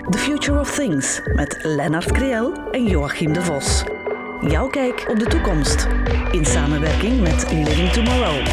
The Future of Things met Lennart Creel en Joachim de Vos. Jouw kijk op de toekomst. In samenwerking met Living Tomorrow.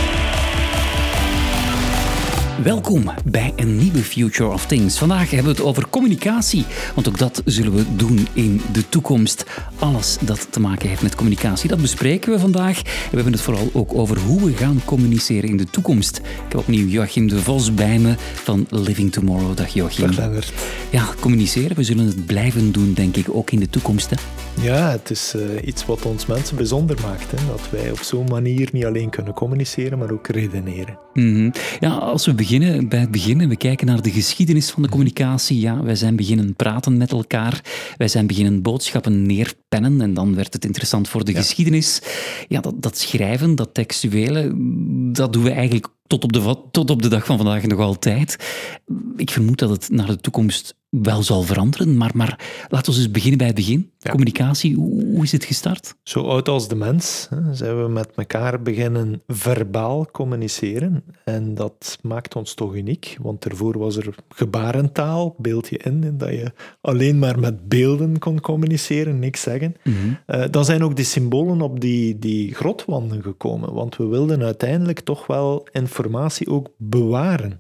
Welkom bij een nieuwe Future of Things. Vandaag hebben we het over communicatie, want ook dat zullen we doen in de toekomst. Alles dat te maken heeft met communicatie, dat bespreken we vandaag. En we hebben het vooral ook over hoe we gaan communiceren in de toekomst. Ik heb opnieuw Joachim de Vos bij me van Living Tomorrow. Dag Joachim. Dag Lennart. Ja, communiceren, we zullen het blijven doen, denk ik, ook in de toekomst. Hè? Ja, het is iets wat ons mensen bijzonder maakt. Hè? Dat wij op zo'n manier niet alleen kunnen communiceren, maar ook redeneren. Mm-hmm. Ja, als we beginnen bij het begin en we kijken naar de geschiedenis van de communicatie. Ja, wij zijn beginnen praten met elkaar. Wij zijn beginnen boodschappen neerpennen en dan werd het interessant voor de geschiedenis. Ja, dat schrijven, dat textuele, dat doen we eigenlijk tot op de dag van vandaag nog altijd. Ik vermoed dat het naar de toekomst wel zal veranderen, maar laten we eens beginnen bij het begin. Ja. Communicatie, hoe is het gestart? Zo oud als de mens zijn we met elkaar beginnen verbaal communiceren. En dat maakt ons toch uniek, want daarvoor was er gebarentaal, beeld je in, dat je alleen maar met beelden kon communiceren, niks zeggen. Mm-hmm. Dan zijn ook die symbolen op die grotwanden gekomen, want we wilden uiteindelijk toch wel informatie ook bewaren.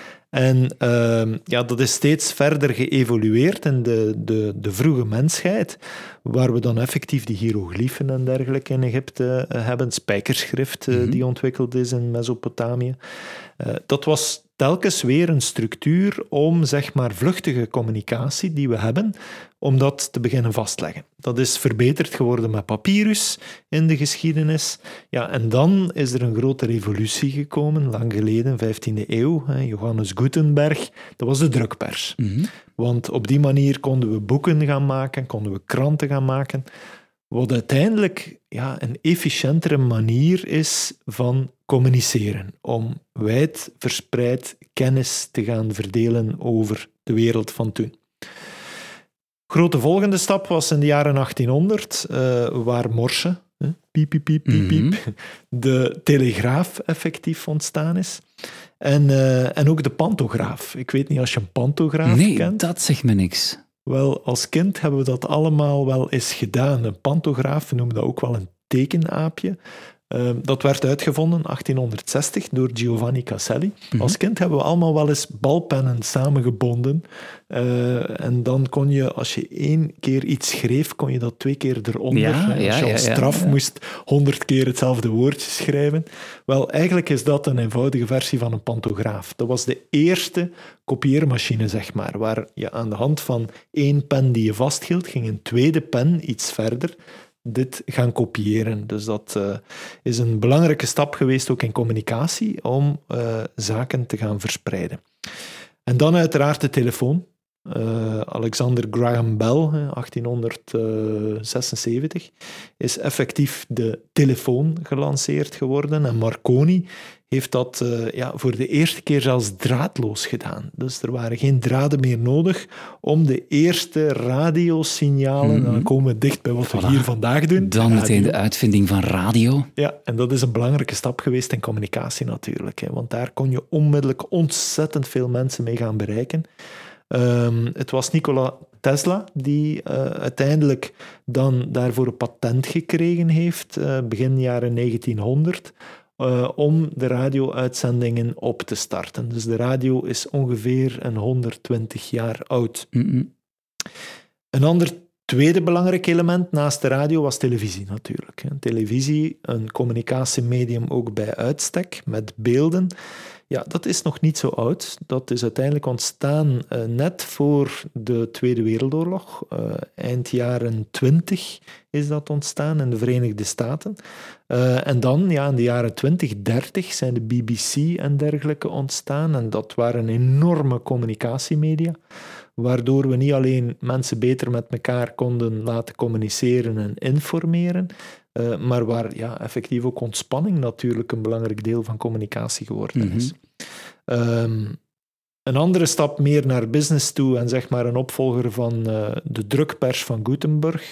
En dat is steeds verder geëvolueerd in de vroege mensheid, waar we dan effectief die hiërogliefen en dergelijke in Egypte hebben, spijkerschrift die ontwikkeld is in Mesopotamië. Dat was telkens weer een structuur om, zeg maar, vluchtige communicatie die we hebben, om dat te beginnen vastleggen. Dat is verbeterd geworden met papyrus in de geschiedenis. Ja, en dan is er een grote revolutie gekomen, lang geleden, 15e eeuw. Johannes Gutenberg, dat was de drukpers. Mm-hmm. Want op die manier konden we boeken gaan maken, konden we kranten gaan maken, wat uiteindelijk een efficiëntere manier is van communiceren, om wijd verspreid kennis te gaan verdelen over de wereld van toen. Grote volgende stap was in de jaren 1800, waar Morse, piep, piep, piep, piep, piep, de telegraaf effectief ontstaan is. En ook de pantograaf. Ik weet niet als je een pantograaf kent. Nee, dat zegt me niks. Wel, als kind hebben we dat allemaal wel eens gedaan. Een pantograaf, we noemen dat ook wel een tekenaapje. Dat werd uitgevonden in 1860 door Giovanni Caselli. Mm-hmm. Als kind hebben we allemaal wel eens balpennen samengebonden. En dan kon je, als je 1 keer iets schreef, kon je dat 2 keer eronder. Als je als straf moest 100 keer hetzelfde woordje schrijven. Wel, eigenlijk is dat een eenvoudige versie van een pantograaf. Dat was de eerste kopieermachine, zeg maar, waar je aan de hand van 1 pen die je vasthield, ging een tweede pen iets verder dit gaan kopiëren. Dus dat is een belangrijke stap geweest ook in communicatie om zaken te gaan verspreiden. En dan uiteraard de telefoon. Alexander Graham Bell, 1876, is effectief de telefoon gelanceerd geworden. En Marconi heeft dat voor de eerste keer zelfs draadloos gedaan. Dus er waren geen draden meer nodig om de eerste radiosignalen, dan komen we dicht bij wat we hier vandaag doen. Dan meteen de uitvinding van radio. Ja, en dat is een belangrijke stap geweest in communicatie natuurlijk. Want daar kon je onmiddellijk ontzettend veel mensen mee gaan bereiken. Het was Nikola Tesla die uiteindelijk dan daarvoor een patent gekregen heeft, begin jaren 1900, om de radio-uitzendingen op te starten. Dus de radio is ongeveer 120 jaar oud. Mm-hmm. Een ander tweede belangrijk element naast de radio was televisie natuurlijk. Televisie, een communicatiemedium ook bij uitstek, met beelden. Ja, dat is nog niet zo oud. Dat is uiteindelijk ontstaan net voor de Tweede Wereldoorlog. Eind jaren 20 is dat ontstaan in de Verenigde Staten. En dan, in de jaren 20, 30 zijn de BBC en dergelijke ontstaan. En dat waren enorme communicatiemedia, waardoor we niet alleen mensen beter met elkaar konden laten communiceren en informeren, maar waar effectief ook ontspanning natuurlijk een belangrijk deel van communicatie geworden is. Een andere stap meer naar business toe en zeg maar een opvolger van de drukpers van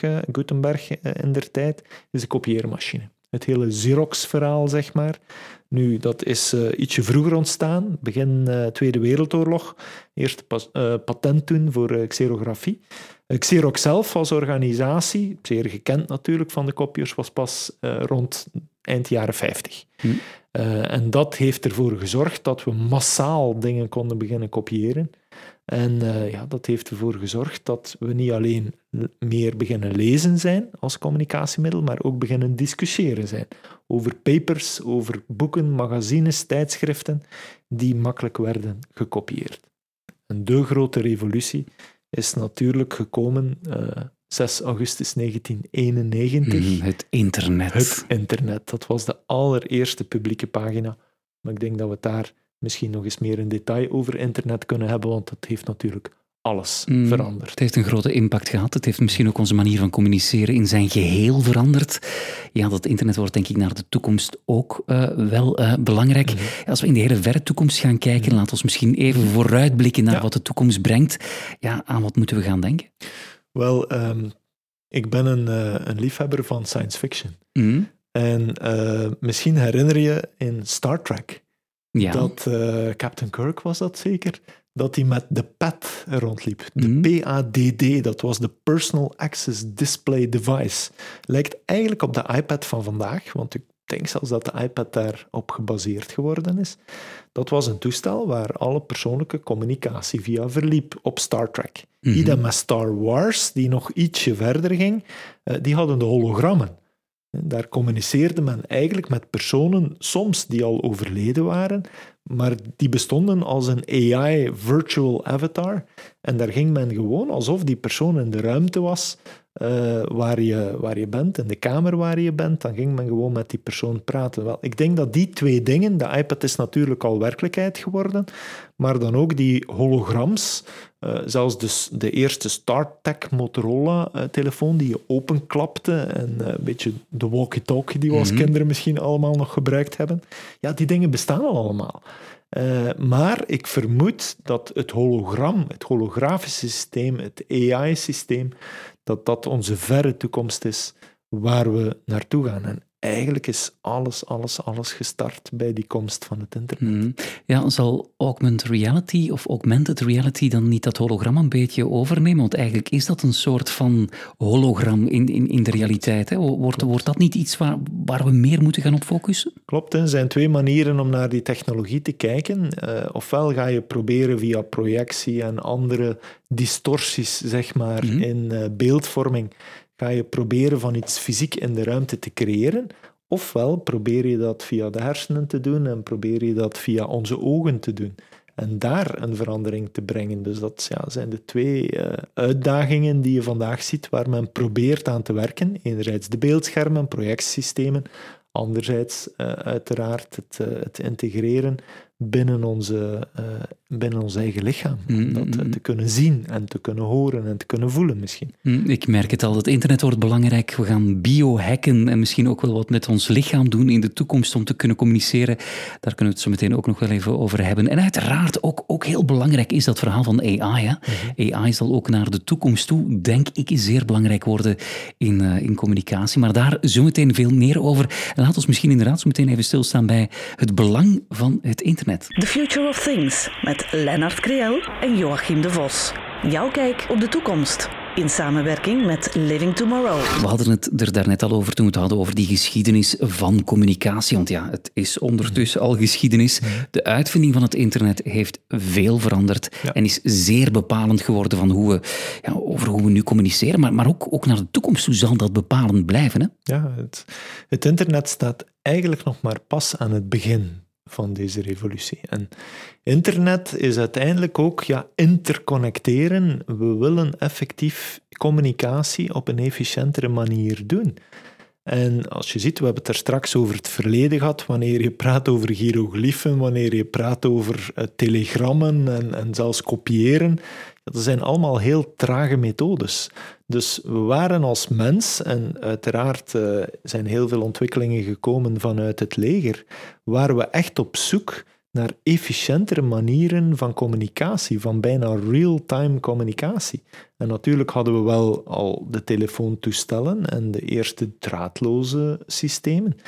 Gutenberg in der tijd, is de kopieermachine. Het hele Xerox-verhaal, zeg maar. Nu, dat is ietsje vroeger ontstaan, begin Tweede Wereldoorlog. Eerste patent toen voor xerografie. Xerox zelf als organisatie, zeer gekend natuurlijk van de kopiërs, was pas rond eind jaren 50. En dat heeft ervoor gezorgd dat we massaal dingen konden beginnen kopiëren. En dat heeft ervoor gezorgd dat we niet alleen meer beginnen lezen zijn als communicatiemiddel, maar ook beginnen discussiëren zijn over papers, over boeken, magazines, tijdschriften, die makkelijk werden gekopieerd. En de grote revolutie is natuurlijk gekomen 6 augustus 1991. Het internet. Het internet, dat was de allereerste publieke pagina. Maar ik denk dat we het daar misschien nog eens meer in detail over internet kunnen hebben, want dat heeft natuurlijk alles veranderd. Het heeft een grote impact gehad. Het heeft misschien ook onze manier van communiceren in zijn geheel veranderd. Ja, dat internet wordt denk ik naar de toekomst ook wel belangrijk. Als we in de hele verre toekomst gaan kijken, laten we misschien even vooruitblikken naar wat de toekomst brengt. Ja, aan wat moeten we gaan denken? Wel, ik ben een liefhebber van science fiction. En misschien herinner je in Star Trek dat Captain Kirk was dat zeker, dat hij met de PAD rondliep. De PADD, dat was de Personal Access Display Device. Lijkt eigenlijk op de iPad van vandaag, want ik denk zelfs dat de iPad daarop gebaseerd geworden is. Dat was een toestel waar alle persoonlijke communicatie via verliep op Star Trek. Idem met Star Wars, die nog ietsje verder ging, die hadden de hologrammen. Daar communiceerde men eigenlijk met personen, soms die al overleden waren, maar die bestonden als een AI virtual avatar. En daar ging men gewoon, alsof die persoon in de ruimte was, waar je bent, in de kamer waar je bent, dan ging men gewoon met die persoon praten. Wel, ik denk dat die twee dingen, de iPad is natuurlijk al werkelijkheid geworden, maar dan ook die holograms, zelfs dus de eerste StarTAC Motorola-telefoon die je openklapte en een beetje de walkie-talkie die we als kinderen misschien allemaal nog gebruikt hebben. Ja, die dingen bestaan al allemaal. Maar ik vermoed dat het hologram, het holografische systeem, het AI-systeem, dat onze verre toekomst is waar we naartoe gaan. En eigenlijk is alles gestart bij die komst van het internet. Ja, zal augmented reality dan niet dat hologram een beetje overnemen? Want eigenlijk is dat een soort van hologram in de realiteit. Hè? Wordt dat niet iets waar we meer moeten gaan op focussen? Klopt, er zijn twee manieren om naar die technologie te kijken. Ofwel ga je proberen via projectie en andere distorties, zeg maar, in beeldvorming, ga je proberen van iets fysiek in de ruimte te creëren, ofwel probeer je dat via de hersenen te doen en probeer je dat via onze ogen te doen. En daar een verandering te brengen. Dus dat zijn de twee uitdagingen die je vandaag ziet, waar men probeert aan te werken. Enerzijds de beeldschermen, projectiesystemen, anderzijds uiteraard het integreren binnen ons eigen lichaam. Om dat te kunnen zien en te kunnen horen en te kunnen voelen misschien. Ik merk het al, het internet wordt belangrijk. We gaan biohacken en misschien ook wel wat met ons lichaam doen in de toekomst om te kunnen communiceren. Daar kunnen we het zo meteen ook nog wel even over hebben. En uiteraard ook heel belangrijk is dat verhaal van AI. Hè? AI zal ook naar de toekomst toe, denk ik, zeer belangrijk worden in communicatie. Maar daar zo meteen veel meer over. En laat ons misschien inderdaad zo meteen even stilstaan bij het belang van het internet. The Future of Things met Lennart Creel en Joachim de Vos. Jouw kijk op de toekomst. In samenwerking met Living Tomorrow. We hadden het er daarnet al over toen we het hadden over die geschiedenis van communicatie. Want ja, het is ondertussen al geschiedenis. De uitvinding van het internet heeft veel veranderd en is zeer bepalend geworden van over hoe we nu communiceren. Maar ook naar de toekomst toe zal dat bepalend blijven. Hè? Ja, het internet staat eigenlijk nog maar pas aan het begin van deze revolutie. En internet is uiteindelijk ook interconnecteren. We willen effectief communicatie op een efficiëntere manier doen. En als je ziet, we hebben het er straks over het verleden gehad, wanneer je praat over hiërogliefen, wanneer je praat over telegrammen en zelfs kopiëren, dat zijn allemaal heel trage methodes. Dus we waren als mens, en uiteraard zijn heel veel ontwikkelingen gekomen vanuit het leger, waren we echt op zoek naar efficiëntere manieren van communicatie, van bijna real-time communicatie. En natuurlijk hadden we wel al de telefoontoestellen en de eerste draadloze systemen.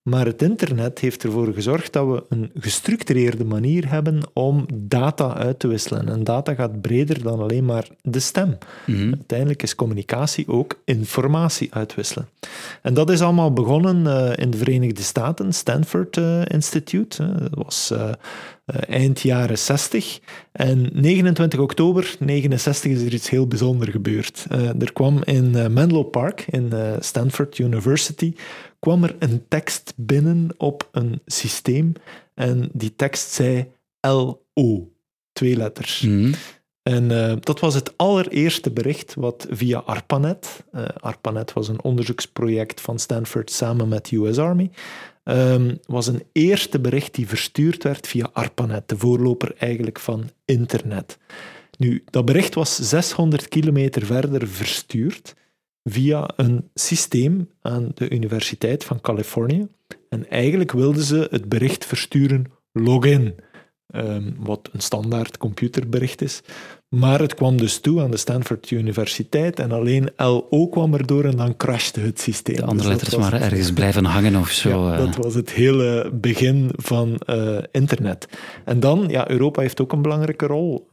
Maar het internet heeft ervoor gezorgd dat we een gestructureerde manier hebben om data uit te wisselen. En data gaat breder dan alleen maar de stem. Uiteindelijk is communicatie ook informatie uitwisselen. En dat is allemaal begonnen in de Verenigde Staten, Stanford Institute. Dat was eind jaren 60. En 29 oktober 1969 is er iets heel bijzonders gebeurd. Er kwam in Menlo Park, in Stanford University, kwam er een tekst binnen op een systeem. En die tekst zei LO, 2 letters. En dat was het allereerste bericht wat via ARPANET, ARPANET was een onderzoeksproject van Stanford samen met de US Army, was een eerste bericht die verstuurd werd via ARPANET, de voorloper eigenlijk van internet. Nu, dat bericht was 600 kilometer verder verstuurd via een systeem aan de Universiteit van Californië. En eigenlijk wilden ze het bericht versturen login, wat een standaard computerbericht is. Maar het kwam dus toe aan de Stanford Universiteit en alleen LO kwam erdoor en dan crashte het systeem. De andere letters waren ergens blijven hangen of zo. Ja, dat was het hele begin van internet. En dan, ja, Europa heeft ook een belangrijke rol.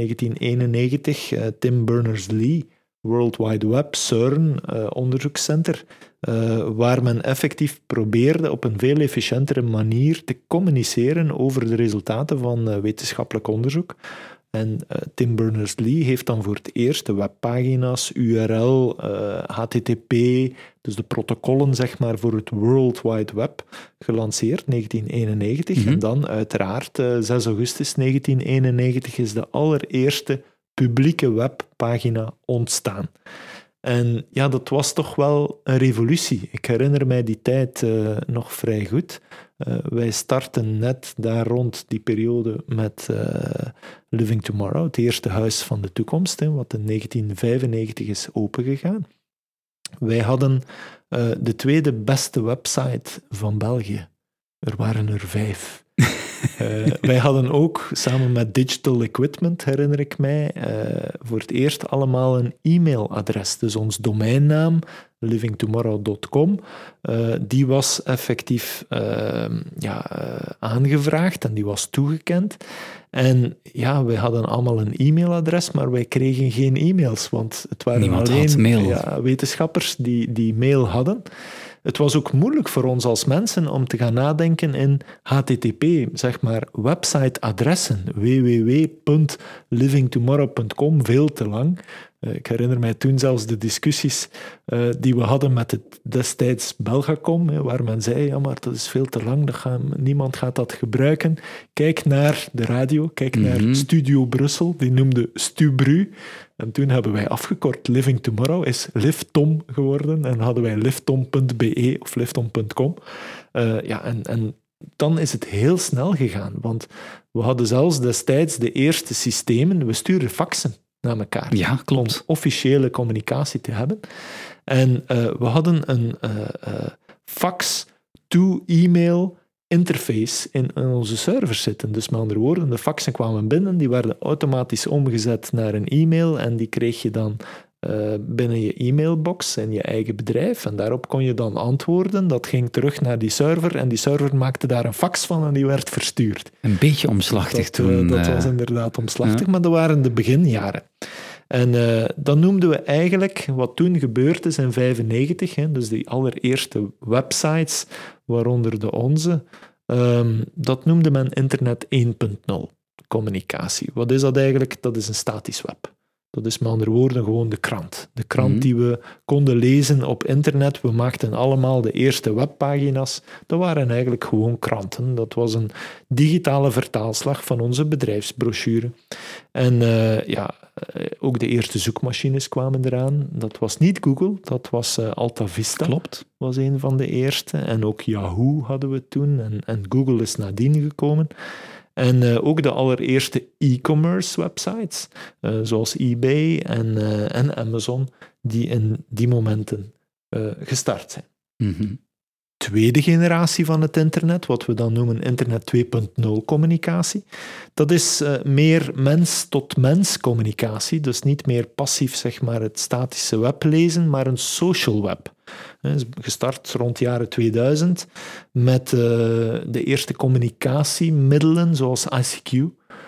1991, Tim Berners-Lee, World Wide Web, CERN, onderzoekscenter, waar men effectief probeerde op een veel efficiëntere manier te communiceren over de resultaten van wetenschappelijk onderzoek. En Tim Berners-Lee heeft dan voor het eerst de webpagina's, URL, HTTP, dus de protocollen zeg maar, voor het World Wide Web gelanceerd, 1991. En dan uiteraard, 6 augustus 1991, is de allereerste publieke webpagina ontstaan. En ja, dat was toch wel een revolutie. Ik herinner mij die tijd nog vrij goed. Wij starten net daar rond die periode met Living Tomorrow, het eerste huis van de toekomst, wat in 1995 is opengegaan. Wij hadden de tweede beste website van België. Er waren er 5. Wij hadden ook, samen met Digital Equipment, herinner ik mij, voor het eerst allemaal een e-mailadres. Dus ons domeinnaam, livingtomorrow.com, die was effectief aangevraagd en die was toegekend. En ja, wij hadden allemaal een e-mailadres, maar wij kregen geen e-mails, want het waren niemand alleen wetenschappers die mail hadden. Het was ook moeilijk voor ons als mensen om te gaan nadenken in HTTP, zeg maar websiteadressen, www.livingtomorrow.com, veel te lang. Ik herinner mij toen zelfs de discussies die we hadden met het destijds Belgacom, waar men zei, ja, maar dat is veel te lang, niemand gaat dat gebruiken. Kijk naar de radio, kijk naar Studio Brussel, die noemde Stubru. En toen hebben wij afgekort. Living Tomorrow is LivTom geworden en hadden wij livtom.be of livtom.com. En dan is het heel snel gegaan, want we hadden zelfs destijds de eerste systemen, we stuurden faxen naar elkaar. Ja, klopt. Om officiële communicatie te hebben. En we hadden een fax-to-e-mail interface in onze servers zitten. Dus met andere woorden, de faxen kwamen binnen, die werden automatisch omgezet naar een e-mail en die kreeg je dan binnen je e-mailbox in je eigen bedrijf en daarop kon je dan antwoorden. Dat ging terug naar die server en die server maakte daar een fax van en die werd verstuurd. Een beetje omslachtig toen. Dat was inderdaad omslachtig, maar dat waren de beginjaren. En dan noemden we eigenlijk wat toen gebeurd is in 1995, dus die allereerste websites, waaronder de onze, dat noemde men internet 1.0, communicatie. Wat is dat eigenlijk? Dat is een statisch web. Dat is met andere woorden gewoon de krant. De krant die we konden lezen op internet. We maakten allemaal de eerste webpagina's. Dat waren eigenlijk gewoon kranten. Dat was een digitale vertaalslag van onze bedrijfsbrochure. En ook de eerste zoekmachines kwamen eraan. Dat was niet Google, dat was Alta Vista. Klopt. Was een van de eerste. En ook Yahoo hadden we toen. En Google is nadien gekomen. En ook de allereerste e-commerce websites, zoals eBay en Amazon, die in die momenten gestart zijn. tweede generatie van het internet, wat we dan noemen internet 2.0 communicatie. Dat is meer mens-tot-mens communicatie, dus niet meer passief zeg maar, het statische web lezen, maar een social web. Gestart rond de jaren 2000 met de eerste communicatiemiddelen zoals ICQ.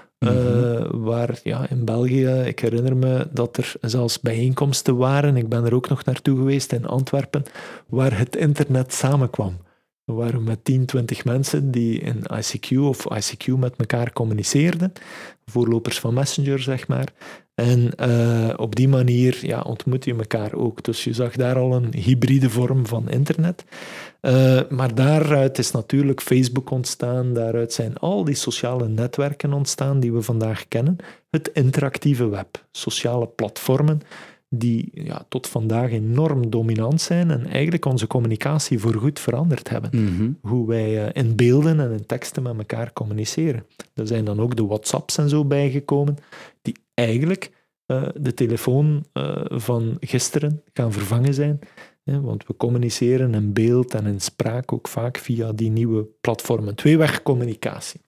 Waar in België, ik herinner me dat er zelfs bijeenkomsten waren, ik ben er ook nog naartoe geweest in Antwerpen, waar het internet samenkwam. We waren met 10, 20 mensen die in ICQ of ICQ met elkaar communiceerden, voorlopers van Messenger, zeg maar. En op die manier ontmoet je elkaar ook. Dus je zag daar al een hybride vorm van internet. Maar daaruit is natuurlijk Facebook ontstaan, daaruit zijn al die sociale netwerken ontstaan die we vandaag kennen. Het interactieve web, sociale platformen die tot vandaag enorm dominant zijn en eigenlijk onze communicatie voorgoed veranderd hebben. Hoe wij in beelden en in teksten met elkaar communiceren. Er zijn dan ook de WhatsApps en zo bijgekomen, die eigenlijk de telefoon van gisteren gaan vervangen zijn. Want we communiceren in beeld en in spraak ook vaak via die nieuwe platformen. Tweewegcommunicatie.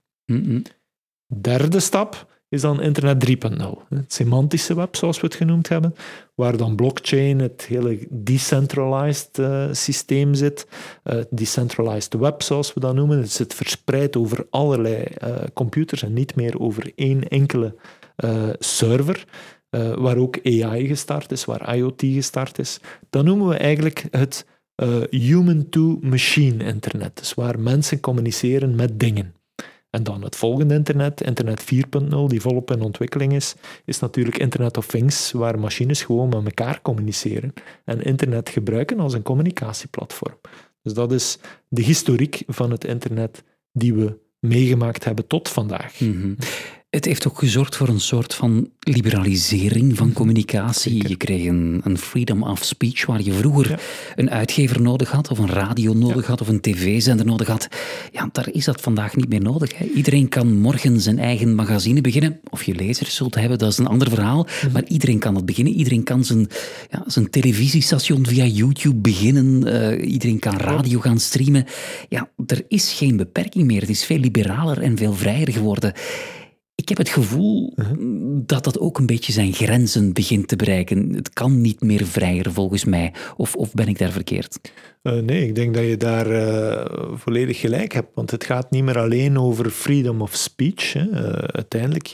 Derde stap is dan internet 3.0. Het semantische web, zoals we het genoemd hebben, waar dan blockchain, het hele decentralized systeem zit. Decentralized web, zoals we dat noemen. Het zit verspreid over allerlei computers en niet meer over één enkele server. Waar ook AI gestart is, waar IoT gestart is. Dat noemen we eigenlijk het human-to-machine internet. Dus waar mensen communiceren met dingen. En dan het volgende internet, internet 4.0, die volop in ontwikkeling is natuurlijk Internet of Things, waar machines gewoon met elkaar communiceren en internet gebruiken als een communicatieplatform. Dus dat is de historiek van het internet die we meegemaakt hebben tot vandaag. Het heeft ook gezorgd voor een soort van liberalisering van communicatie. Zeker. Je kreeg een freedom of speech, waar je vroeger een uitgever nodig had, of een radio nodig had, of een tv-zender nodig had. Ja, daar is dat vandaag niet meer nodig. Hè. Iedereen kan morgen zijn eigen magazine beginnen. Of je lezers zult hebben, dat is een ander verhaal. Maar iedereen kan dat beginnen. Iedereen kan zijn televisiestation via YouTube beginnen. Iedereen kan radio gaan streamen. Ja, er is geen beperking meer. Het is veel liberaler en veel vrijer geworden. Ik heb het gevoel dat dat ook een beetje zijn grenzen begint te bereiken. Het kan niet meer vrijer, volgens mij. Of ben ik daar verkeerd? Nee, ik denk dat je daar volledig gelijk hebt. Want het gaat niet meer alleen over freedom of speech. Uiteindelijk,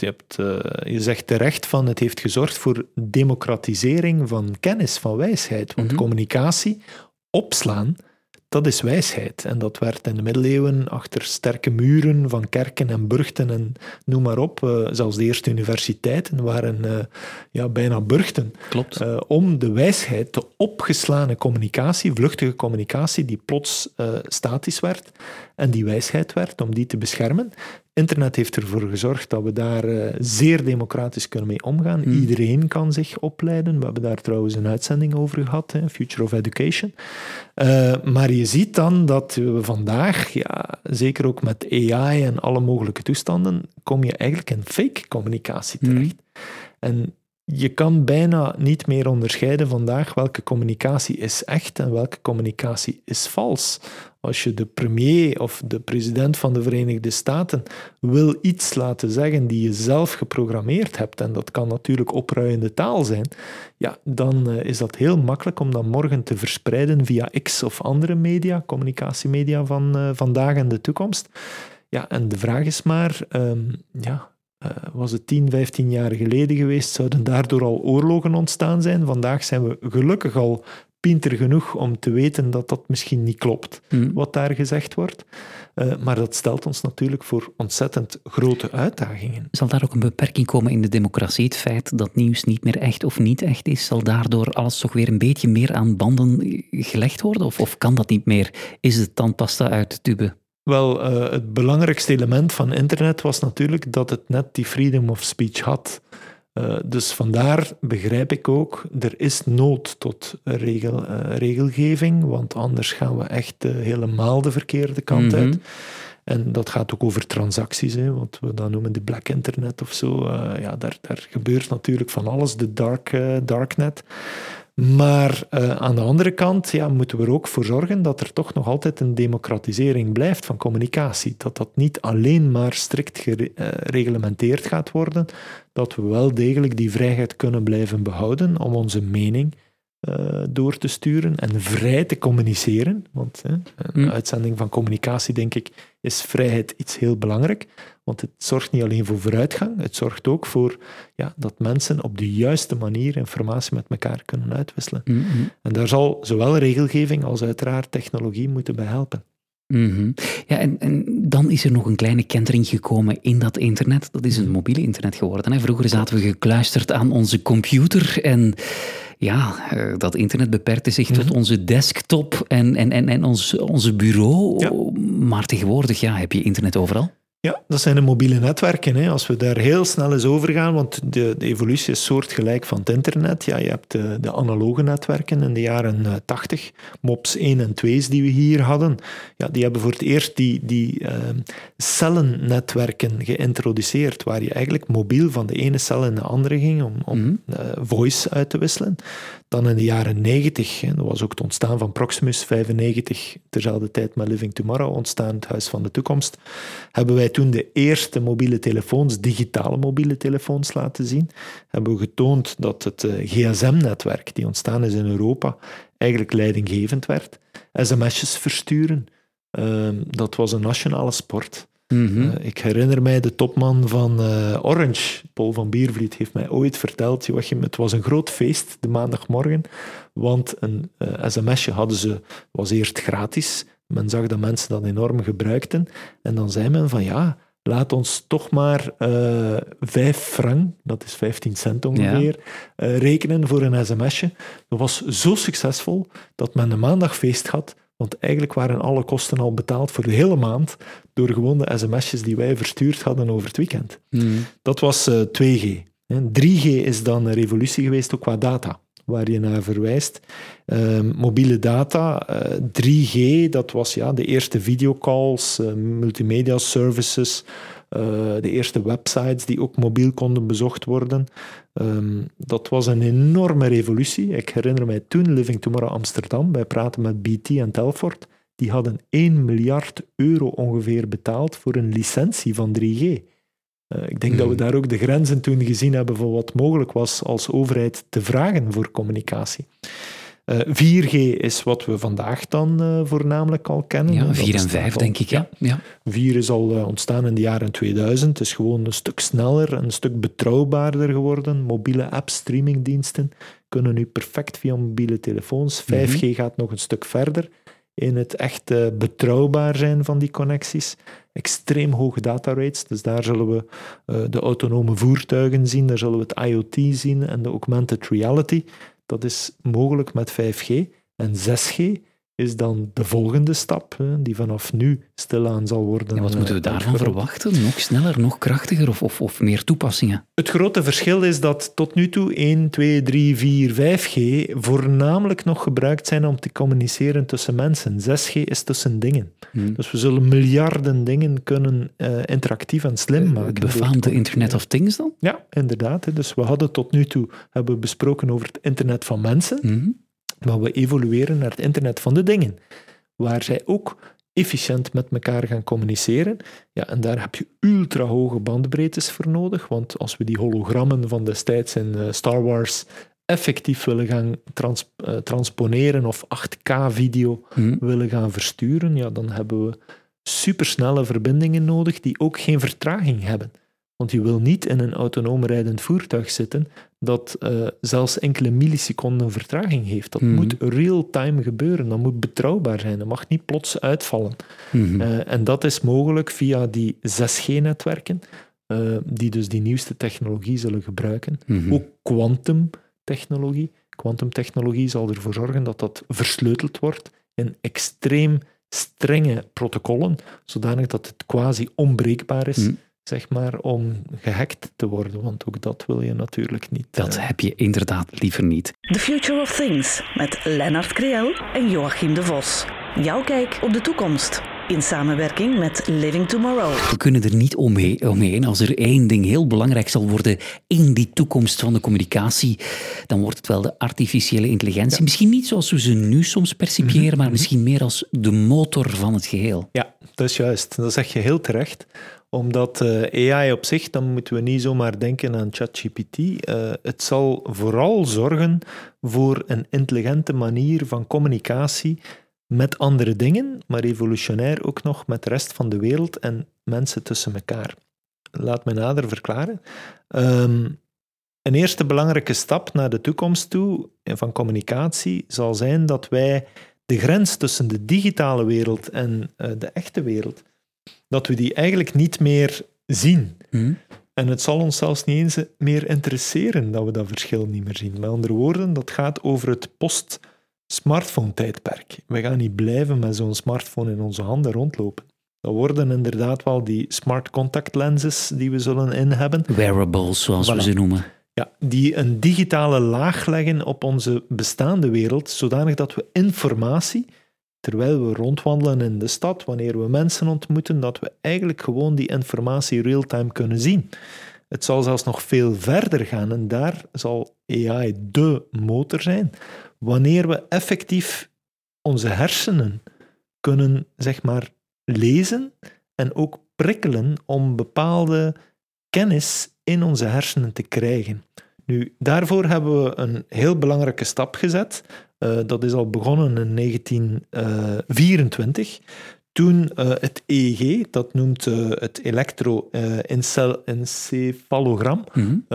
je zegt terecht van het heeft gezorgd voor democratisering van kennis, van wijsheid. Want communicatie, opslaan, dat is wijsheid. En dat werd in de middeleeuwen achter sterke muren van kerken en burchten en noem maar op. Zelfs de eerste universiteiten waren bijna burchten. Klopt. Om de wijsheid, de opgeslane communicatie, vluchtige communicatie, die plots statisch werd en die wijsheid werd, om die te beschermen. Internet heeft ervoor gezorgd dat we daar zeer democratisch kunnen mee omgaan. Iedereen kan zich opleiden. We hebben daar trouwens een uitzending over gehad, Future of Education. Maar je ziet dan dat we vandaag, zeker ook met AI en alle mogelijke toestanden, kom je eigenlijk in fake communicatie terecht. En je kan bijna niet meer onderscheiden vandaag welke communicatie is echt en welke communicatie is vals. Als je de premier of de president van de Verenigde Staten wil iets laten zeggen die je zelf geprogrammeerd hebt, en dat kan natuurlijk opruiende taal zijn, dan is dat heel makkelijk om dat morgen te verspreiden via X of andere media, communicatiemedia van vandaag en de toekomst. Ja, en de vraag is maar, was het 10, 15 jaar geleden geweest, zouden daardoor al oorlogen ontstaan zijn. Vandaag zijn we gelukkig al pinter genoeg om te weten dat dat misschien niet klopt, wat daar gezegd wordt. Maar dat stelt ons natuurlijk voor ontzettend grote uitdagingen. Zal daar ook een beperking komen in de democratie? Het feit dat nieuws niet meer echt of niet echt is, zal daardoor alles toch weer een beetje meer aan banden gelegd worden? Of kan dat niet meer? Is het tandpasta uit de tube? Wel, het belangrijkste element van internet was natuurlijk dat het net die freedom of speech had. Dus vandaar begrijp ik ook, er is nood tot regelgeving, want anders gaan we echt helemaal de verkeerde kant uit. En dat gaat ook over transacties, wat we dan noemen de black internet of zo. Daar gebeurt natuurlijk van alles, de darknet. Maar aan de andere kant moeten we er ook voor zorgen dat er toch nog altijd een democratisering blijft van communicatie. Dat niet alleen maar strikt gereglementeerd gaat worden, dat we wel degelijk die vrijheid kunnen blijven behouden om onze mening door te sturen en vrij te communiceren. Want een uitzending van communicatie, denk ik, is vrijheid iets heel belangrijk. Want het zorgt niet alleen voor vooruitgang, het zorgt ook voor dat mensen op de juiste manier informatie met elkaar kunnen uitwisselen. Mm-hmm. En daar zal zowel regelgeving als uiteraard technologie moeten bij helpen. Mm-hmm. Ja, en dan is er nog een kleine kentering gekomen in dat internet. Dat is een mobiele internet geworden. Hè? Vroeger zaten we gekluisterd aan onze computer en dat internet beperkte zich tot onze desktop en onze bureau. Ja. Maar tegenwoordig heb je internet overal. Ja, dat zijn de mobiele netwerken. Hè. Als we daar heel snel eens over gaan, want de evolutie is soortgelijk van het internet. Ja, je hebt de analoge netwerken in de jaren 80, MOPS 1 en 2's die we hier hadden. Ja, die hebben voor het eerst die cellennetwerken geïntroduceerd, waar je eigenlijk mobiel van de ene cel in de andere ging om voice uit te wisselen. Dan in de jaren 90, dat was ook het ontstaan van Proximus, 95, terzelfde tijd met Living Tomorrow ontstaan, het Huis van de Toekomst, hebben wij toen de eerste mobiele telefoons, digitale mobiele telefoons laten zien. Hebben we getoond dat het gsm-netwerk, die ontstaan is in Europa, eigenlijk leidinggevend werd. SMS'jes versturen, dat was een nationale sport. Mm-hmm. Ik herinner mij de topman van Orange, Paul van Biervliet, heeft mij ooit verteld, Joachim, het was een groot feest de maandagmorgen, want een sms'je was eerst gratis. Men zag dat mensen dat enorm gebruikten. En dan zei men van laat ons toch maar 5 frank, dat is 15 cent ongeveer, rekenen voor een sms'je. Dat was zo succesvol dat men een maandagfeest had, want eigenlijk waren alle kosten al betaald voor de hele maand door gewoon de sms'jes die wij verstuurd hadden over het weekend. Mm. Dat was 2G. 3G is dan een revolutie geweest ook qua data, waar je naar verwijst. Mobiele data, 3G, dat was de eerste videocalls, multimedia services, de eerste websites die ook mobiel konden bezocht worden. Dat was een enorme revolutie. Ik herinner mij toen Living Tomorrow Amsterdam, wij praten met BT en Telfort, die hadden 1 miljard euro ongeveer betaald voor een licentie van 3G. Ik denk dat we daar ook de grenzen toen gezien hebben van wat mogelijk was als overheid te vragen voor communicatie. 4G is wat we vandaag dan voornamelijk al kennen. Ja, 4 en 5 denk ik. Ja. 4 is al ontstaan in de jaren 2000. Het is gewoon een stuk sneller, een stuk betrouwbaarder geworden. Mobiele apps, streamingdiensten kunnen nu perfect via mobiele telefoons. 5G gaat nog een stuk verder in het echt betrouwbaar zijn van die connecties. Extreem hoge datarates, dus daar zullen we de autonome voertuigen zien, daar zullen we het IoT zien en de augmented reality. Dat is mogelijk met 5G. En 6G is dan de volgende stap, die vanaf nu stilaan zal worden. En wat moeten we daarvan verwachten? Nog sneller, nog krachtiger of meer toepassingen? Het grote verschil is dat tot nu toe 1, 2, 3, 4, 5G voornamelijk nog gebruikt zijn om te communiceren tussen mensen. 6G is tussen dingen. Dus we zullen miljarden dingen kunnen interactief en slim maken. Het befaamde Internet of Things dan? Ja, inderdaad. Dus we hadden tot nu toe hebben besproken over het internet van mensen. Maar we evolueren naar het internet van de dingen, waar zij ook efficiënt met elkaar gaan communiceren. Ja, en daar heb je ultra-hoge bandbreedtes voor nodig, want als we die hologrammen van destijds in Star Wars effectief willen gaan transponeren of 8K-video willen gaan versturen, dan hebben we supersnelle verbindingen nodig die ook geen vertraging hebben. Want je wil niet in een autonoom rijdend voertuig zitten dat zelfs enkele milliseconden vertraging heeft. Dat moet real-time gebeuren. Dat moet betrouwbaar zijn. Dat mag niet plots uitvallen. En dat is mogelijk via die 6G-netwerken, die dus die nieuwste technologie zullen gebruiken. Ook quantumtechnologie. Quantumtechnologie zal ervoor zorgen dat dat versleuteld wordt in extreem strenge protocollen, zodanig dat het quasi onbreekbaar is, zeg maar, om gehackt te worden, want ook dat wil je natuurlijk niet. Dat heb je inderdaad liever niet. The Future of Things met Lennart Creel en Joachim de Vos. Jouw kijk op de toekomst. in samenwerking met Living Tomorrow. We kunnen er niet omheen. Als er één ding heel belangrijk zal worden in die toekomst van de communicatie, dan wordt het wel de artificiële intelligentie. Ja. Misschien niet zoals we ze nu soms percipiëren, maar misschien meer als de motor van het geheel. Ja, dat is juist. Dat zeg je heel terecht. Omdat AI op zich, dan moeten we niet zomaar denken aan ChatGPT. Het zal vooral zorgen voor een intelligente manier van communicatie met andere dingen, maar evolutionair ook nog met de rest van de wereld en mensen tussen elkaar. Laat me nader verklaren. Een eerste belangrijke stap naar de toekomst toe van communicatie zal zijn dat wij de grens tussen de digitale wereld en de echte wereld, dat we die eigenlijk niet meer zien. En het zal ons zelfs niet eens meer interesseren dat we dat verschil niet meer zien. Met andere woorden, dat gaat over het post-smartphone-tijdperk. We gaan niet blijven met zo'n smartphone in onze handen rondlopen. Dat worden inderdaad wel die smart contact lenses die we zullen in hebben. Wearables, zoals we ze noemen. Ja, die een digitale laag leggen op onze bestaande wereld, zodanig dat we informatie, terwijl we rondwandelen in de stad, wanneer we mensen ontmoeten, dat we eigenlijk gewoon die informatie real-time kunnen zien. Het zal zelfs nog veel verder gaan en daar zal AI de motor zijn. Wanneer we effectief onze hersenen kunnen, zeg maar, lezen en ook prikkelen om bepaalde kennis in onze hersenen te krijgen. Nu, daarvoor hebben we een heel belangrijke stap gezet. Dat is al begonnen in 1924. Toen het EEG, dat noemt het elektroencefalogram,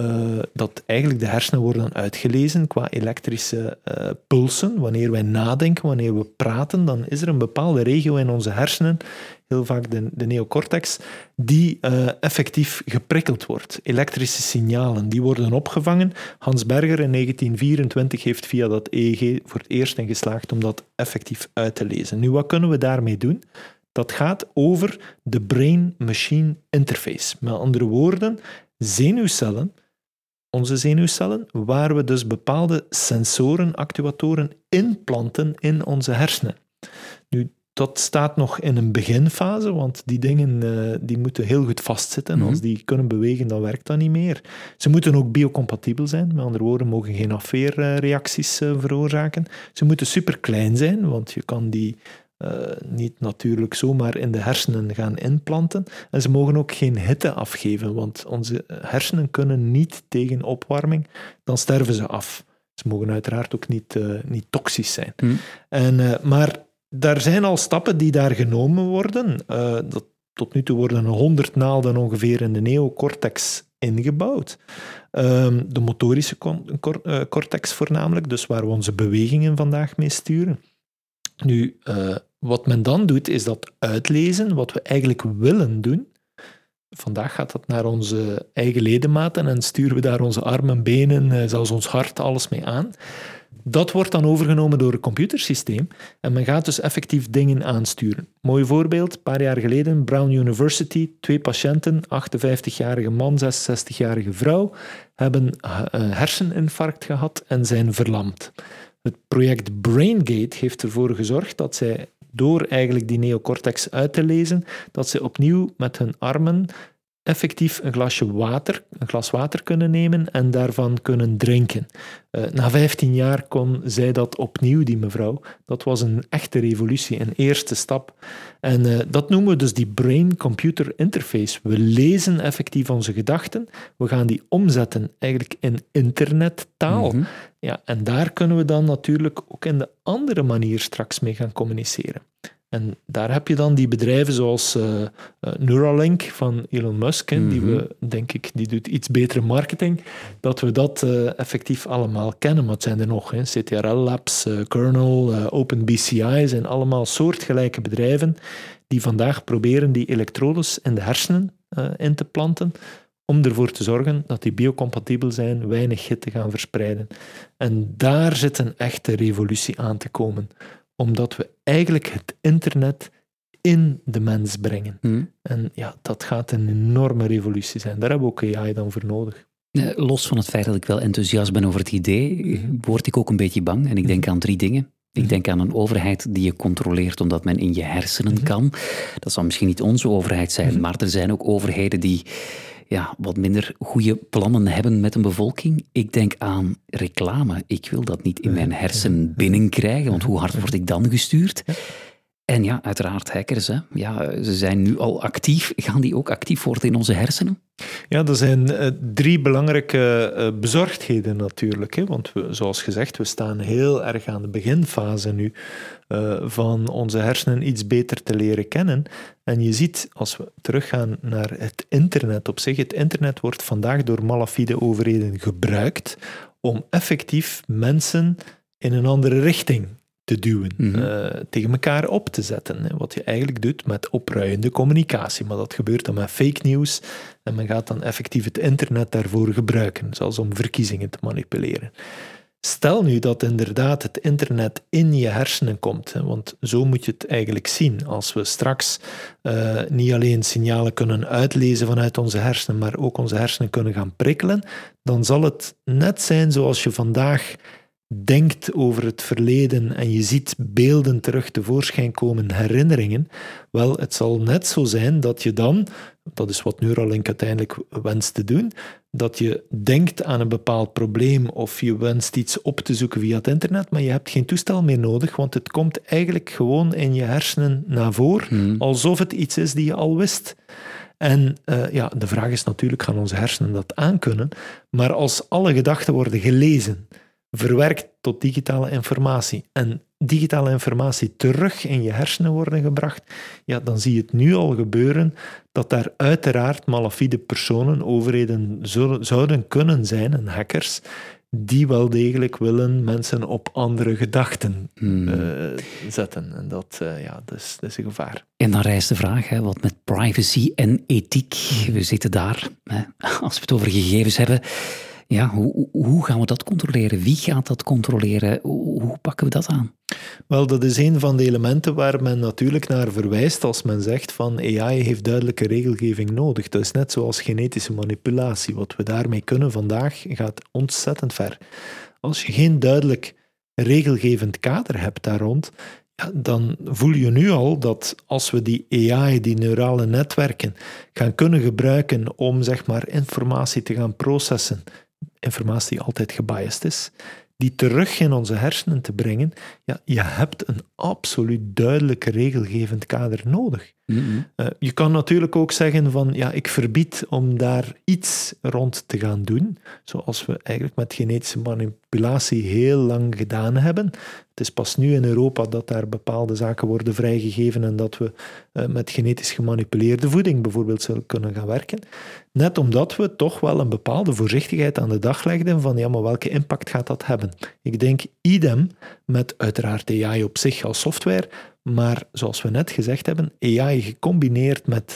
dat eigenlijk de hersenen worden uitgelezen qua elektrische pulsen. Wanneer wij nadenken, wanneer we praten, dan is er een bepaalde regio in onze hersenen, heel vaak de neocortex, die effectief geprikkeld wordt. Elektrische signalen, die worden opgevangen. Hans Berger in 1924 heeft via dat EEG voor het eerst in geslaagd om dat effectief uit te lezen. Nu, wat kunnen we daarmee doen? Dat gaat over de brain-machine interface. Met andere woorden, zenuwcellen, onze zenuwcellen, waar we dus bepaalde sensoren, actuatoren inplanten in onze hersenen. Nu, dat staat nog in een beginfase, want die dingen die moeten heel goed vastzitten. Als die kunnen bewegen, dan werkt dat niet meer. Ze moeten ook biocompatibel zijn. Met andere woorden, mogen geen afweerreacties veroorzaken. Ze moeten superklein zijn, want je kan die niet natuurlijk zomaar in de hersenen gaan inplanten. En ze mogen ook geen hitte afgeven, want onze hersenen kunnen niet tegen opwarming. Dan sterven ze af. Ze mogen uiteraard ook niet toxisch zijn. Maar daar zijn al stappen die daar genomen worden. Tot nu toe worden 100 naalden ongeveer in de neocortex ingebouwd. De motorische cortex voornamelijk, dus waar we onze bewegingen vandaag mee sturen. Nu, wat men dan doet, is dat uitlezen, wat we eigenlijk willen doen. Vandaag gaat dat naar onze eigen ledematen en sturen we daar onze armen, benen, zelfs ons hart, alles mee aan. Dat wordt dan overgenomen door een computersysteem en men gaat dus effectief dingen aansturen. Mooi voorbeeld, een paar jaar geleden, Brown University, 2 patiënten, 58-jarige man, 66-jarige vrouw, hebben een herseninfarct gehad en zijn verlamd. Het project BrainGate heeft ervoor gezorgd dat zij, door eigenlijk die neocortex uit te lezen, dat ze opnieuw met hun armen effectief een glas water kunnen nemen en daarvan kunnen drinken. Na 15 jaar kon zij dat opnieuw, die mevrouw. Dat was een echte revolutie, een eerste stap. En dat noemen we dus die brain-computer interface. We lezen effectief onze gedachten, we gaan die omzetten eigenlijk in internettaal. Ja, en daar kunnen we dan natuurlijk ook in de andere manier straks mee gaan communiceren. En daar heb je dan die bedrijven zoals Neuralink van Elon Musk, die doet iets betere marketing, dat we dat effectief allemaal kennen. Maar het zijn er nog, CTRL Labs, Kernel, OpenBCI, zijn allemaal soortgelijke bedrijven die vandaag proberen die elektrodes in de hersenen in te planten, om ervoor te zorgen dat die biocompatibel zijn, weinig hitte gaan verspreiden. En daar zit een echte revolutie aan te komen, omdat we eigenlijk het internet in de mens brengen. En ja, dat gaat een enorme revolutie zijn. Daar hebben we ook AI dan voor nodig. Los van het feit dat ik wel enthousiast ben over het idee, word ik ook een beetje bang. En ik denk aan 3 dingen. Ik denk aan een overheid die je controleert omdat men in je hersenen kan. Dat zal misschien niet onze overheid zijn, maar er zijn ook overheden die wat minder goede plannen hebben met een bevolking. Ik denk aan reclame. Ik wil dat niet in mijn hersenen binnenkrijgen, want hoe hard word ik dan gestuurd? En uiteraard hackers. Hè. Ja, ze zijn nu al actief. Gaan die ook actief worden in onze hersenen? Ja, er zijn 3 belangrijke bezorgdheden natuurlijk. Hè? Want zoals gezegd, we staan heel erg aan de beginfase nu van onze hersenen iets beter te leren kennen. En je ziet, als we teruggaan naar het internet op zich, het internet wordt vandaag door malafide overheden gebruikt om effectief mensen in een andere richting te duwen, tegen elkaar op te zetten. Hè. Wat je eigenlijk doet met opruiende communicatie. Maar dat gebeurt dan met fake news en men gaat dan effectief het internet daarvoor gebruiken, zoals om verkiezingen te manipuleren. Stel nu dat inderdaad het internet in je hersenen komt, hè, want zo moet je het eigenlijk zien. Als we straks niet alleen signalen kunnen uitlezen vanuit onze hersenen, maar ook onze hersenen kunnen gaan prikkelen, dan zal het net zijn zoals je vandaag denkt over het verleden en je ziet beelden terug tevoorschijn komen, herinneringen, wel, het zal net zo zijn dat je dan, dat is wat Neuralink uiteindelijk wenst te doen, dat je denkt aan een bepaald probleem of je wenst iets op te zoeken via het internet, maar je hebt geen toestel meer nodig, want het komt eigenlijk gewoon in je hersenen naar voren, alsof het iets is die je al wist. En de vraag is natuurlijk, gaan onze hersenen dat aankunnen? Maar als alle gedachten worden gelezen, verwerkt tot digitale informatie en digitale informatie terug in je hersenen worden gebracht, dan zie je het nu al gebeuren dat daar uiteraard malafide personen, overheden zouden kunnen zijn, en hackers, die wel degelijk willen mensen op andere gedachten zetten. En dat is een gevaar. En dan rijst de vraag, wat met privacy en ethiek? We zitten daar, als we het over gegevens hebben. Ja, hoe gaan we dat controleren? Wie gaat dat controleren? Hoe pakken we dat aan? Wel, dat is een van de elementen waar men natuurlijk naar verwijst als men zegt van AI heeft duidelijke regelgeving nodig. Dat is net zoals genetische manipulatie. Wat we daarmee kunnen vandaag gaat ontzettend ver. Als je geen duidelijk regelgevend kader hebt daar rond, dan voel je nu al dat als we die AI, die neurale netwerken, gaan kunnen gebruiken om zeg maar informatie te gaan processen, informatie die altijd gebiased is, die terug in onze hersenen te brengen, je hebt een absoluut duidelijk regelgevend kader nodig. Je kan natuurlijk ook zeggen van, ik verbied om daar iets rond te gaan doen, zoals we eigenlijk met genetische manipulatie heel lang gedaan hebben. Het is pas nu in Europa dat daar bepaalde zaken worden vrijgegeven en dat we met genetisch gemanipuleerde voeding bijvoorbeeld zullen kunnen gaan werken. Net omdat we toch wel een bepaalde voorzichtigheid aan de dag legden van, maar welke impact gaat dat hebben? Ik denk idem met uiteraard AI op zich als software, maar zoals we net gezegd hebben, AI gecombineerd met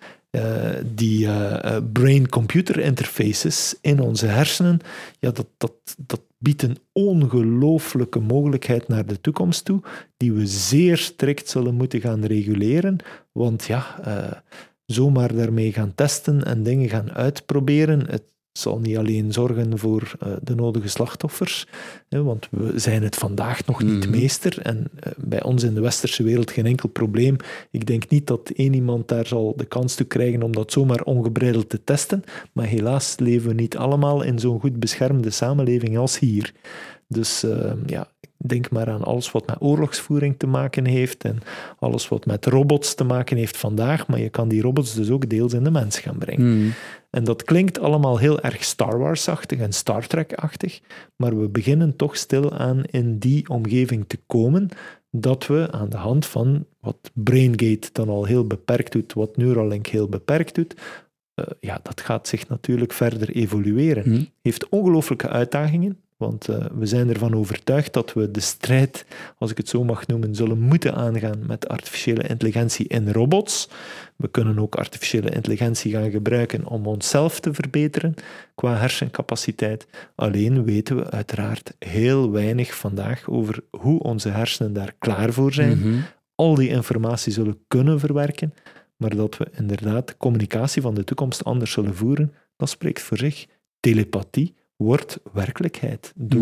die brain-computer interfaces in onze hersenen, dat biedt een ongelooflijke mogelijkheid naar de toekomst toe, die we zeer strikt zullen moeten gaan reguleren, want zomaar daarmee gaan testen en dingen gaan uitproberen, het zal niet alleen zorgen voor de nodige slachtoffers, want we zijn het vandaag nog niet meester en bij ons in de westerse wereld geen enkel probleem. Ik denk niet dat één iemand daar zal de kans toe krijgen om dat zomaar ongebreideld te testen, maar helaas leven we niet allemaal in zo'n goed beschermde samenleving als hier. Dus denk maar aan alles wat met oorlogsvoering te maken heeft en alles wat met robots te maken heeft vandaag, maar je kan die robots dus ook deels in de mens gaan brengen. En dat klinkt allemaal heel erg Star Wars-achtig en Star Trek-achtig, maar we beginnen toch stilaan in die omgeving te komen, dat we aan de hand van wat BrainGate dan al heel beperkt doet, wat Neuralink heel beperkt doet, dat gaat zich natuurlijk verder evolueren. Heeft ongelooflijke uitdagingen, want we zijn ervan overtuigd dat we de strijd, als ik het zo mag noemen, zullen moeten aangaan met artificiële intelligentie in robots. We kunnen ook artificiële intelligentie gaan gebruiken om onszelf te verbeteren qua hersencapaciteit. Alleen weten we uiteraard heel weinig vandaag over hoe onze hersenen daar klaar voor zijn. Al die informatie zullen kunnen verwerken, maar dat we inderdaad de communicatie van de toekomst anders zullen voeren, dat spreekt voor zich. Telepathie wordt werkelijkheid door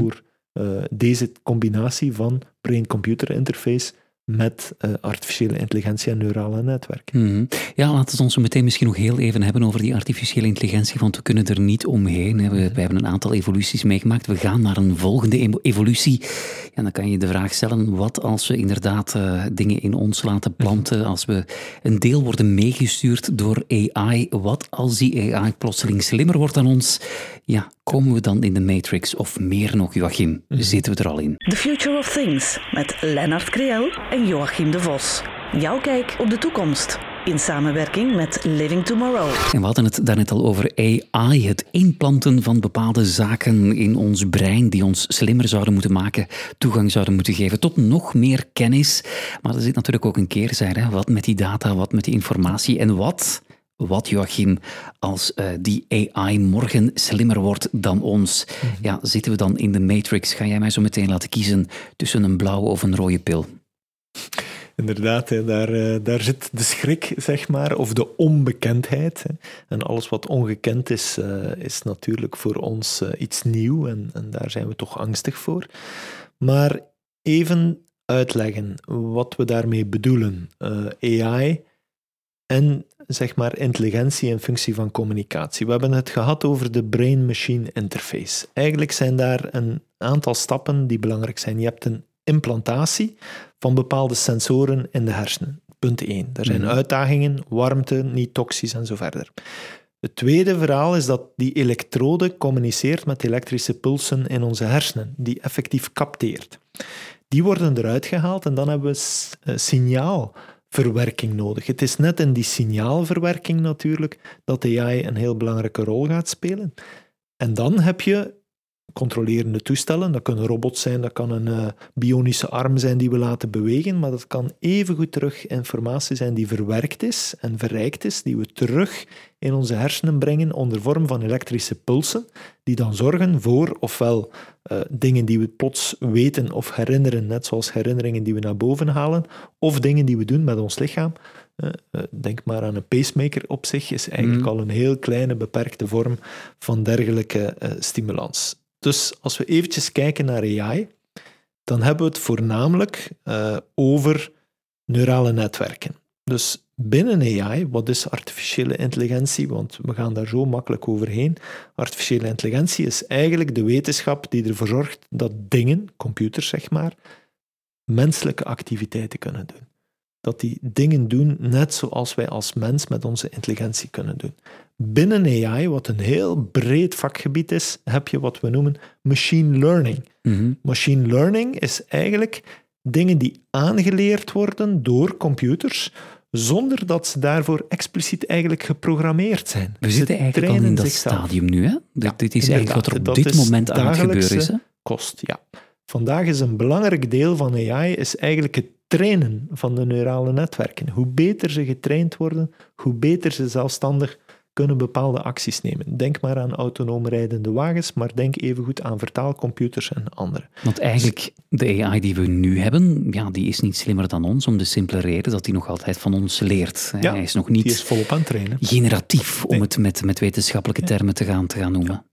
deze combinatie van brain-computer interface met artificiële intelligentie en neurale netwerken. Mm-hmm. Ja, laten we ons zo meteen misschien nog heel even hebben over die artificiële intelligentie, want we kunnen er niet omheen. Hè. We hebben een aantal evoluties meegemaakt. We gaan naar een volgende evolutie. En dan kan je de vraag stellen, wat als we inderdaad dingen in ons laten planten, als we een deel worden meegestuurd door AI, wat als die AI plotseling slimmer wordt dan ons? Ja, komen we dan in de Matrix of meer nog, Joachim? Zitten we er al in? The Future of Things met Lennart Kriel en Joachim de Vos. Jouw kijk op de toekomst. In samenwerking met Living Tomorrow. En we hadden het daarnet al over AI, het inplanten van bepaalde zaken in ons brein die ons slimmer zouden moeten maken, toegang zouden moeten geven tot nog meer kennis. Maar er zit natuurlijk ook een keerzijde. Hè? Wat met die data, wat met die informatie en wat, Joachim, als die AI morgen slimmer wordt dan ons? Ja, zitten we dan in de Matrix? Ga jij mij zo meteen laten kiezen tussen een blauwe of een rode pil? Inderdaad, hè, daar zit de schrik, zeg maar, of de onbekendheid. Hè. En alles wat ongekend is, is natuurlijk voor ons iets nieuw en daar zijn we toch angstig voor. Maar even uitleggen wat we daarmee bedoelen. AI en, zeg maar, intelligentie in functie van communicatie. We hebben het gehad over de brain-machine interface. Eigenlijk zijn daar een aantal stappen die belangrijk zijn. Je hebt een implantatie van bepaalde sensoren in de hersenen. Punt 1. Er zijn uitdagingen, warmte, niet toxisch en zo verder. Het tweede verhaal is dat die elektrode communiceert met elektrische pulsen in onze hersenen, die effectief capteert. Die worden eruit gehaald en dan hebben we signaalverwerking nodig. Het is net in die signaalverwerking natuurlijk dat AI een heel belangrijke rol gaat spelen. En dan heb je controlerende toestellen. Dat kunnen robots zijn, dat kan een bionische arm zijn die we laten bewegen, maar dat kan evengoed terug informatie zijn die verwerkt is en verrijkt is, die we terug in onze hersenen brengen onder vorm van elektrische pulsen, die dan zorgen voor ofwel dingen die we plots weten of herinneren, net zoals herinneringen die we naar boven halen, of dingen die we doen met ons lichaam. Denk maar aan een pacemaker op zich, is eigenlijk al een heel kleine, beperkte vorm van dergelijke stimulans. Dus als we eventjes kijken naar AI, dan hebben we het voornamelijk over neurale netwerken. Dus binnen AI, wat is artificiële intelligentie? Want we gaan daar zo makkelijk overheen. Artificiële intelligentie is eigenlijk de wetenschap die ervoor zorgt dat dingen, computers zeg maar, menselijke activiteiten kunnen doen. Dat die dingen doen net zoals wij als mens met onze intelligentie kunnen doen. Binnen AI, wat een heel breed vakgebied is, heb je wat we noemen machine learning. Machine learning is eigenlijk dingen die aangeleerd worden door computers, zonder dat ze daarvoor expliciet eigenlijk geprogrammeerd zijn. We zitten eigenlijk al in dat stadium nu, hè? Ja, dit is eigenlijk wat er op dit moment aan het gebeuren is. Hè? Kost, ja. Vandaag is een belangrijk deel van AI is eigenlijk het trainen van de neurale netwerken. Hoe beter ze getraind worden, hoe beter ze zelfstandig kunnen bepaalde acties nemen. Denk maar aan autonoom rijdende wagens, maar denk evengoed aan vertaalcomputers en andere. Want eigenlijk, de AI die we nu hebben, ja, die is niet slimmer dan ons, om de simpele reden dat die nog altijd van ons leert. Ja, hij is nog niet die is volop aan het trainen. generatief, om het met wetenschappelijke termen te gaan noemen.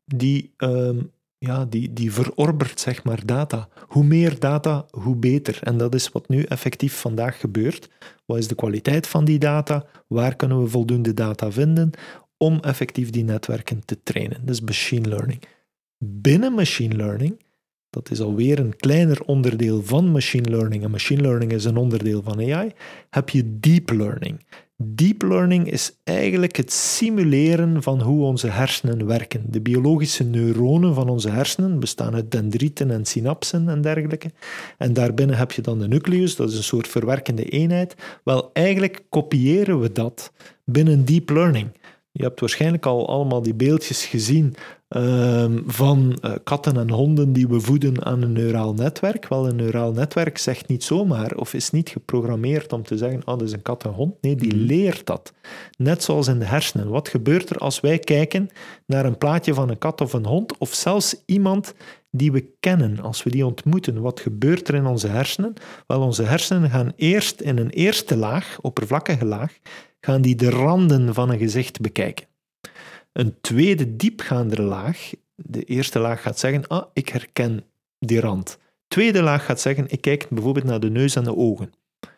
Die verorbert, zeg maar, data. Hoe meer data, hoe beter. En dat is wat nu effectief vandaag gebeurt. Wat is de kwaliteit van die data? Waar kunnen we voldoende data vinden om effectief die netwerken te trainen? Dat is machine learning. Binnen machine learning, dat is alweer een kleiner onderdeel van machine learning, en machine learning is een onderdeel van AI, heb je deep learning. Deep learning is eigenlijk het simuleren van hoe onze hersenen werken. De biologische neuronen van onze hersenen bestaan uit dendrieten en synapsen en dergelijke. En daarbinnen heb je dan de nucleus, dat is een soort verwerkende eenheid. Wel, eigenlijk kopiëren we dat binnen deep learning. Je hebt waarschijnlijk al allemaal die beeldjes gezien van katten en honden die we voeden aan een neuraal netwerk. Wel, een neuraal netwerk zegt niet zomaar of is niet geprogrammeerd om te zeggen, dat is een kat en hond. Nee, die leert dat. Net zoals in de hersenen. Wat gebeurt er als wij kijken naar een plaatje van een kat of een hond, of zelfs iemand die we kennen, als we die ontmoeten? Wat gebeurt er in onze hersenen? Wel, onze hersenen gaan eerst in een eerste laag, oppervlakkige laag, gaan die de randen van een gezicht bekijken. Een tweede diepgaandere laag, de eerste laag gaat zeggen, ik herken die rand. Tweede laag gaat zeggen, ik kijk bijvoorbeeld naar de neus en de ogen.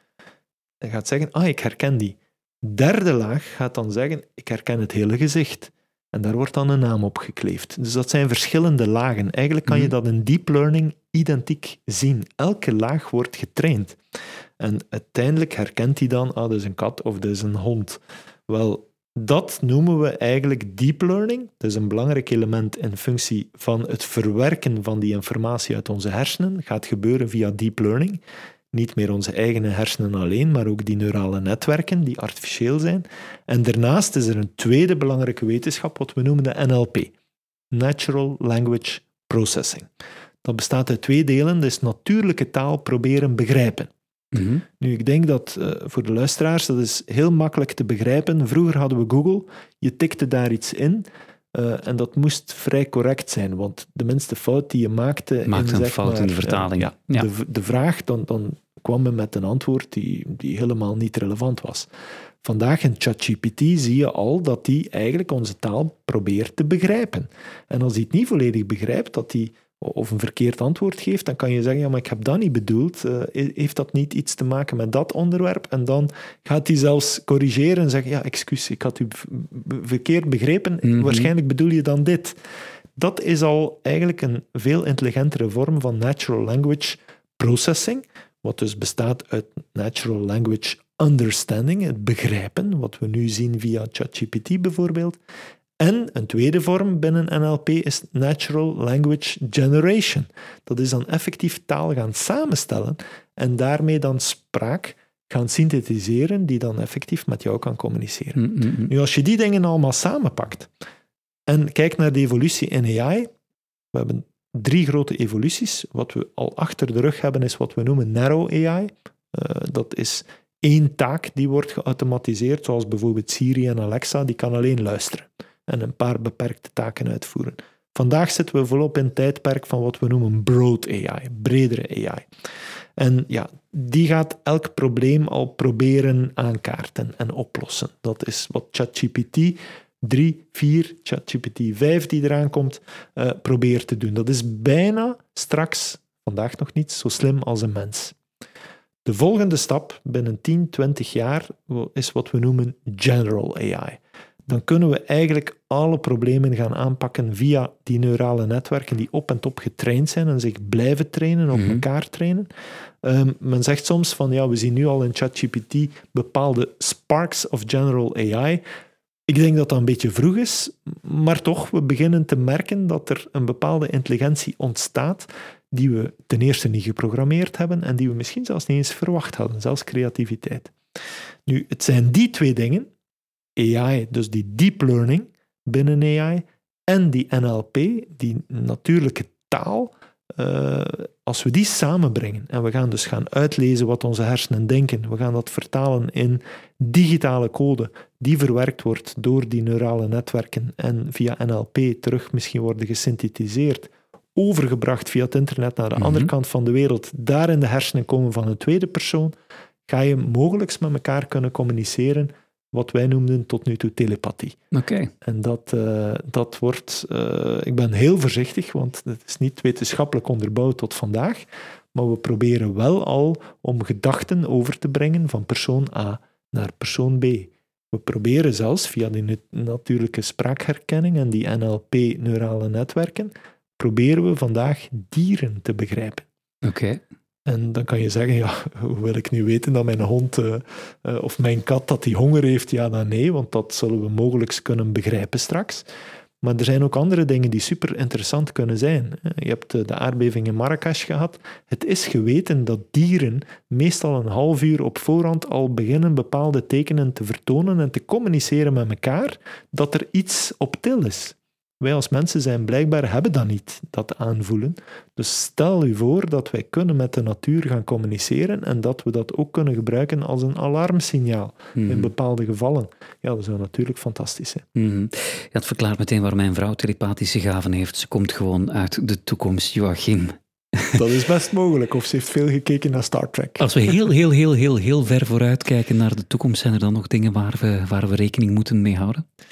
En gaat zeggen, ik herken die. Derde laag gaat dan zeggen, ik herken het hele gezicht. En daar wordt dan een naam op gekleefd. Dus dat zijn verschillende lagen. Eigenlijk kan je dat in deep learning identiek zien. Elke laag wordt getraind. En uiteindelijk herkent hij dan, dat is een kat of dat is een hond. Wel, dat noemen we eigenlijk deep learning. Dat is een belangrijk element in functie van het verwerken van die informatie uit onze hersenen. Gaat gebeuren via deep learning. Niet meer onze eigen hersenen alleen, maar ook die neurale netwerken die artificieel zijn. En daarnaast is er een tweede belangrijke wetenschap, wat we noemen de NLP. Natural Language Processing. Dat bestaat uit 2 delen. Dat is natuurlijke taal proberen begrijpen. Mm-hmm. Nu, ik denk dat voor de luisteraars, dat is heel makkelijk te begrijpen. Vroeger hadden we Google, je tikte daar iets in en dat moest vrij correct zijn, want de minste fout die je maakte... Maakte een fout in de vertaling. De vraag, dan kwam men met een antwoord die helemaal niet relevant was. Vandaag in ChatGPT zie je al dat die eigenlijk onze taal probeert te begrijpen. En als hij het niet volledig begrijpt, dat hij of een verkeerd antwoord geeft, dan kan je zeggen, ja, maar ik heb dat niet bedoeld. Heeft dat niet iets te maken met dat onderwerp? En dan gaat hij zelfs corrigeren en zeggen, ja, excuus, ik had u verkeerd begrepen. Mm-hmm. Waarschijnlijk bedoel je dan dit. Dat is al eigenlijk een veel intelligentere vorm van natural language processing, wat dus bestaat uit natural language understanding, het begrijpen, wat we nu zien via ChatGPT bijvoorbeeld. En een tweede vorm binnen NLP is Natural Language Generation. Dat is dan effectief taal gaan samenstellen en daarmee dan spraak gaan synthetiseren die dan effectief met jou kan communiceren. Mm-hmm. Nu, als je die dingen allemaal samenpakt en kijkt naar de evolutie in AI, we hebben 3 grote evoluties. Wat we al achter de rug hebben is wat we noemen narrow AI. Dat is 1 taak die wordt geautomatiseerd, zoals bijvoorbeeld Siri en Alexa, die kan alleen luisteren en een paar beperkte taken uitvoeren. Vandaag zitten we volop in het tijdperk van wat we noemen broad AI, bredere AI. En ja, die gaat elk probleem al proberen aankaarten en oplossen. Dat is wat ChatGPT 3, 4, ChatGPT 5 die eraan komt, probeert te doen. Dat is bijna straks, vandaag nog niet, zo slim als een mens. De volgende stap binnen 10, 20 jaar is wat we noemen general AI. Dan kunnen we eigenlijk alle problemen gaan aanpakken via die neurale netwerken die op en top getraind zijn en zich blijven trainen, op elkaar trainen. Men zegt soms van, ja, we zien nu al in ChatGPT bepaalde sparks of general AI. Ik denk dat dat een beetje vroeg is, maar toch, we beginnen te merken dat er een bepaalde intelligentie ontstaat die we ten eerste niet geprogrammeerd hebben en die we misschien zelfs niet eens verwacht hadden, zelfs creativiteit. Nu, het zijn die 2 dingen, AI, dus die deep learning binnen AI, en die NLP, die natuurlijke taal, als we die samenbrengen en we gaan dus gaan uitlezen wat onze hersenen denken, we gaan dat vertalen in digitale code die verwerkt wordt door die neurale netwerken en via NLP terug misschien worden gesynthetiseerd, overgebracht via het internet naar de andere kant van de wereld, daar in de hersenen komen van een tweede persoon, ga je mogelijk met elkaar kunnen communiceren wat wij noemden tot nu toe telepathie. Okay. En dat wordt... ik ben heel voorzichtig, want het is niet wetenschappelijk onderbouwd tot vandaag, maar we proberen wel al om gedachten over te brengen van persoon A naar persoon B. We proberen zelfs via die natuurlijke spraakherkenning en die NLP-neurale netwerken, proberen we vandaag dieren te begrijpen. Oké. En dan kan je zeggen, ja, hoe wil ik nu weten dat mijn hond of mijn kat dat die honger heeft? Ja, dan nee, want dat zullen we mogelijk kunnen begrijpen straks. Maar er zijn ook andere dingen die super interessant kunnen zijn. Je hebt de aardbeving in Marrakesh gehad. Het is geweten dat dieren meestal een half uur op voorhand al beginnen bepaalde tekenen te vertonen en te communiceren met elkaar dat er iets op til is. Wij als mensen zijn blijkbaar hebben dat niet, dat aanvoelen. Dus stel u voor dat wij kunnen met de natuur gaan communiceren en dat we dat ook kunnen gebruiken als een alarmsignaal in bepaalde gevallen. Ja, dat zou natuurlijk fantastisch zijn. Ja, het verklaart meteen waar mijn vrouw telepathische gaven heeft. Ze komt gewoon uit de toekomst, Joachim. Dat is best mogelijk, of ze heeft veel gekeken naar Star Trek. Als we heel ver vooruit kijken naar de toekomst, zijn er dan nog dingen waar we rekening moeten mee houden?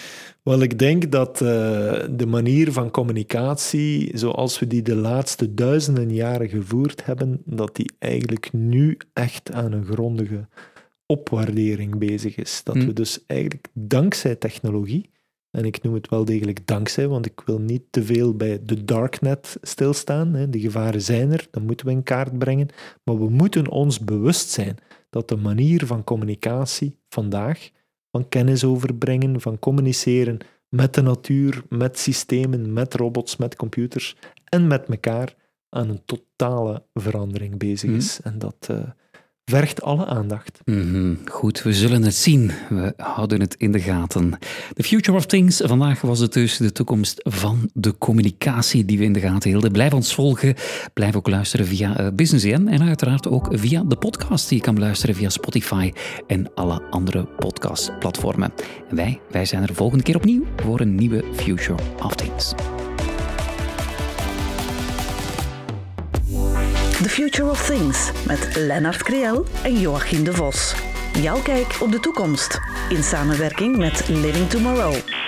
Wel, ik denk dat de manier van communicatie, zoals we die de laatste duizenden jaren gevoerd hebben, dat die eigenlijk nu echt aan een grondige opwaardering bezig is. Dat we dus eigenlijk dankzij technologie, en ik noem het wel degelijk dankzij, want ik wil niet te veel bij de darknet stilstaan. Hè. De gevaren zijn er, dat moeten we in kaart brengen. Maar we moeten ons bewust zijn dat de manier van communicatie vandaag, van kennis overbrengen, van communiceren met de natuur, met systemen, met robots, met computers en met elkaar, aan een totale verandering bezig is. En dat vergt alle aandacht. Goed, we zullen het zien. We houden het in de gaten. The Future of Things. Vandaag was het dus de toekomst van de communicatie die we in de gaten hielden. Blijf ons volgen. Blijf ook luisteren via Business EN en uiteraard ook via de podcast die je kan beluisteren via Spotify en alle andere podcastplatformen. En wij zijn er volgende keer opnieuw voor een nieuwe Future of Things. The Future of Things met Lennart Creel en Joachim de Vos. Jouw kijk op de toekomst in samenwerking met Living Tomorrow.